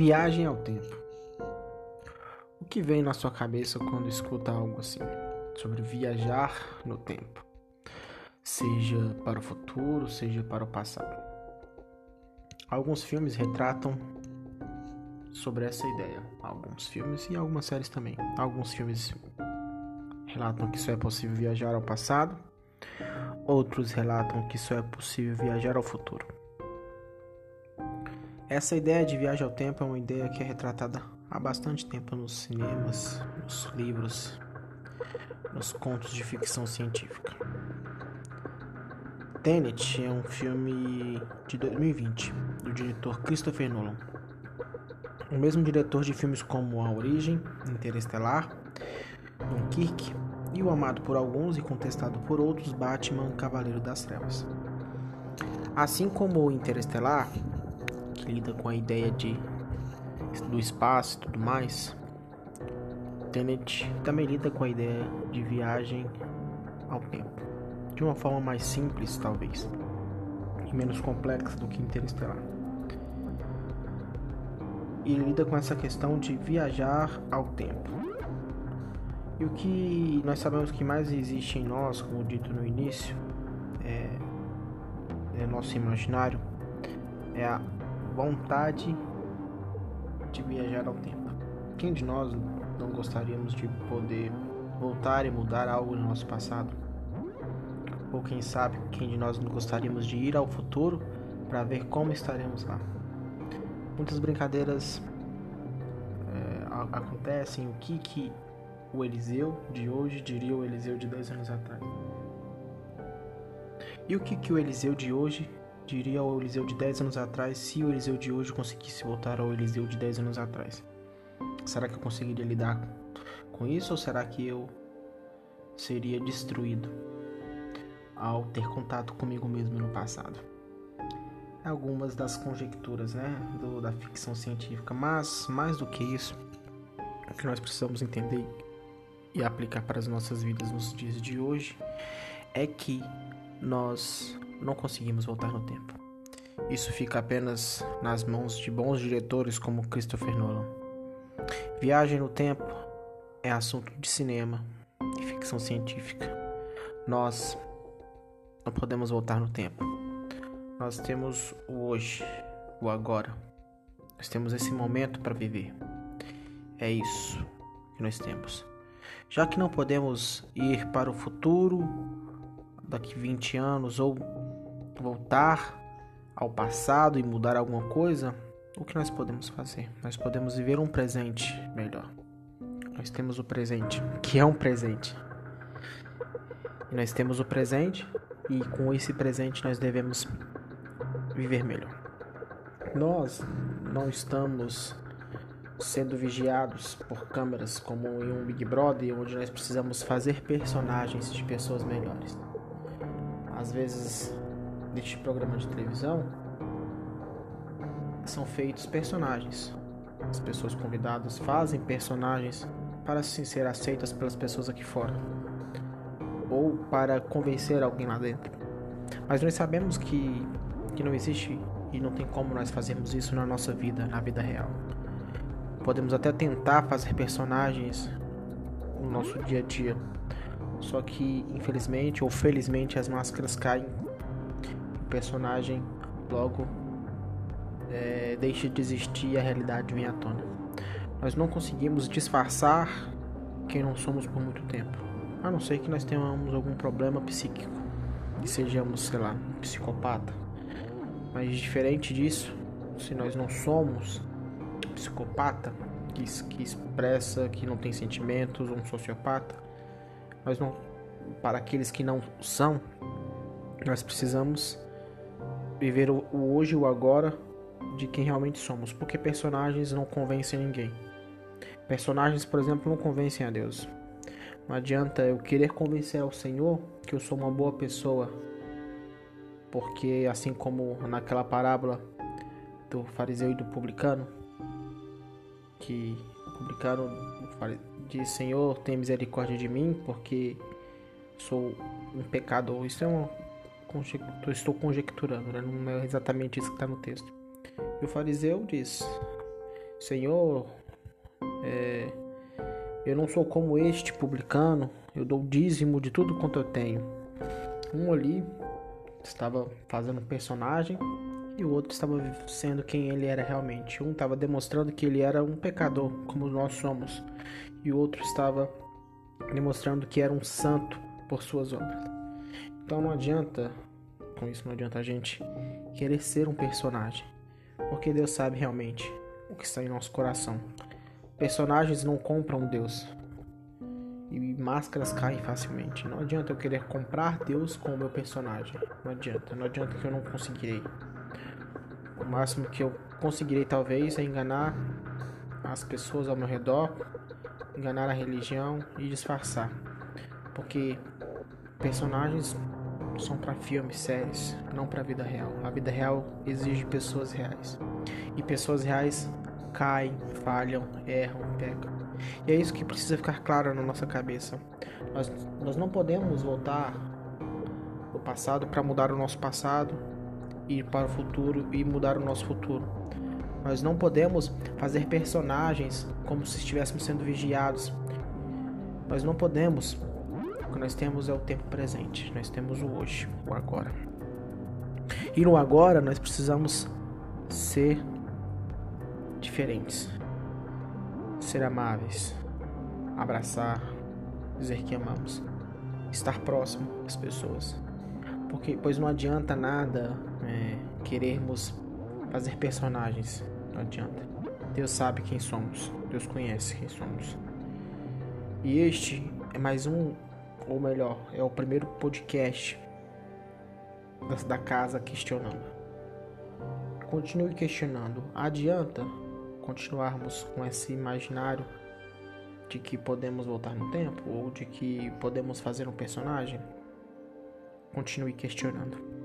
Viagem ao tempo. O que vem na sua cabeça quando escuta algo assim, sobre viajar no tempo? Seja para o futuro, seja para o passado. Alguns filmes retratam sobre essa ideia. Alguns filmes e algumas séries também. Alguns filmes relatam que só é possível viajar ao passado. Outros relatam que só é possível viajar ao futuro. Essa ideia de viagem ao tempo é uma ideia que é retratada há bastante tempo nos cinemas, nos livros, nos contos de ficção científica. Tenet é um filme de 2020, do diretor Christopher Nolan. O mesmo diretor de filmes como A Origem, Interestelar, Dunkirk e o amado por alguns e contestado por outros Batman Cavaleiro das Trevas. Assim como o Interestelar, que lida com a ideia do espaço e tudo mais, Tenet também lida com a ideia de viagem ao tempo, de uma forma mais simples, talvez, e menos complexa do que Interestelar. E lida com essa questão de viajar ao tempo. E o que nós sabemos que mais existe em nós, como dito no início, é nosso imaginário, é a vontade de viajar ao tempo. Quem de nós não gostaríamos de poder voltar e mudar algo no nosso passado? Ou quem sabe, quem de nós não gostaríamos de ir ao futuro para ver como estaremos lá? Muitas brincadeiras acontecem. O que o Eliseu de hoje diria o Eliseu de 10 anos atrás? E o que o Eliseu de hoje diria ao Eliseu de 10 anos atrás se o Eliseu de hoje conseguisse voltar ao Eliseu de 10 anos atrás? Será que eu conseguiria lidar com isso ou será que eu seria destruído ao ter contato comigo mesmo no passado? Algumas das conjecturas, da ficção científica, mas mais do que isso, o que nós precisamos entender e aplicar para as nossas vidas nos dias de hoje é que nós não conseguimos voltar no tempo. Isso fica apenas nas mãos de bons diretores como Christopher Nolan. Viagem no tempo é assunto de cinema e ficção científica. Nós não podemos voltar no tempo. Nós temos o hoje, o agora. Nós temos esse momento para viver. É isso que nós temos. Já que não podemos ir para o futuro daqui 20 anos ou voltar ao passado e mudar alguma coisa, o que nós podemos fazer? Nós podemos viver um presente melhor. Nós temos o presente, que é um presente. E nós temos o presente e com esse presente nós devemos viver melhor. Nós não estamos sendo vigiados por câmeras como em um Big Brother, onde nós precisamos fazer personagens de pessoas melhores. Às vezes, neste programa de televisão, são feitos personagens. As pessoas convidadas fazem personagens para ser aceitas pelas pessoas aqui fora, ou para convencer alguém lá dentro. Mas nós sabemos que não existe e não tem como nós fazermos isso na nossa vida, na vida real. Podemos até tentar fazer personagens no nosso dia a dia, só que infelizmente ou felizmente as máscaras caem, o personagem logo deixa de existir e a realidade vem à tona. Nós não conseguimos disfarçar quem não somos por muito tempo, a não ser que nós tenhamos algum problema psíquico e sejamos, um psicopata. Mas diferente disso, se nós não somos psicopata, que expressa que não tem sentimentos, um sociopata, para aqueles que não são, nós precisamos viver o hoje e o agora de quem realmente somos, porque personagens não convencem ninguém. Personagens, por exemplo, não convencem a Deus. Não adianta eu querer convencer ao Senhor que eu sou uma boa pessoa, porque assim como naquela parábola do fariseu e do publicano, que o publicano diz: Senhor, tem misericórdia de mim, porque sou um pecador. Isso estou conjecturando, não é exatamente isso que está no texto. E o fariseu diz: Senhor, eu não sou como este publicano, eu dou dízimo de tudo quanto eu tenho. Um ali estava fazendo um personagem e o outro estava sendo quem ele era realmente. Um estava demonstrando que ele era um pecador, como nós somos, e o outro estava demonstrando que era um santo por suas obras. Então não adianta, com isso não adianta a gente querer ser um personagem, porque Deus sabe realmente o que está em nosso coração. Personagens não compram Deus, e máscaras caem facilmente. Não adianta eu querer comprar Deus com o meu personagem. Não adianta que eu não conseguirei. O máximo que eu conseguirei talvez é enganar as pessoas ao meu redor, enganar a religião e disfarçar. Porque personagens são para filmes, séries, não para a vida real. A vida real exige pessoas reais. E pessoas reais caem, falham, erram, pecam. E é isso que precisa ficar claro na nossa cabeça. Nós não podemos voltar no passado para mudar o nosso passado, ir para o futuro e mudar o nosso futuro. Nós não podemos fazer personagens como se estivéssemos sendo vigiados. Nós não podemos. O que nós temos é o tempo presente. Nós temos o hoje, o agora. E no agora nós precisamos ser diferentes. Ser amáveis. Abraçar. Dizer que amamos. Estar próximo das pessoas. Pois não adianta nada querermos fazer personagens. Não adianta. Deus sabe quem somos. Deus conhece quem somos. E este é mais um, ou melhor, é o primeiro podcast da casa questionando. Continue questionando. Adianta continuarmos com esse imaginário de que podemos voltar no tempo ou de que podemos fazer um personagem? Continue questionando.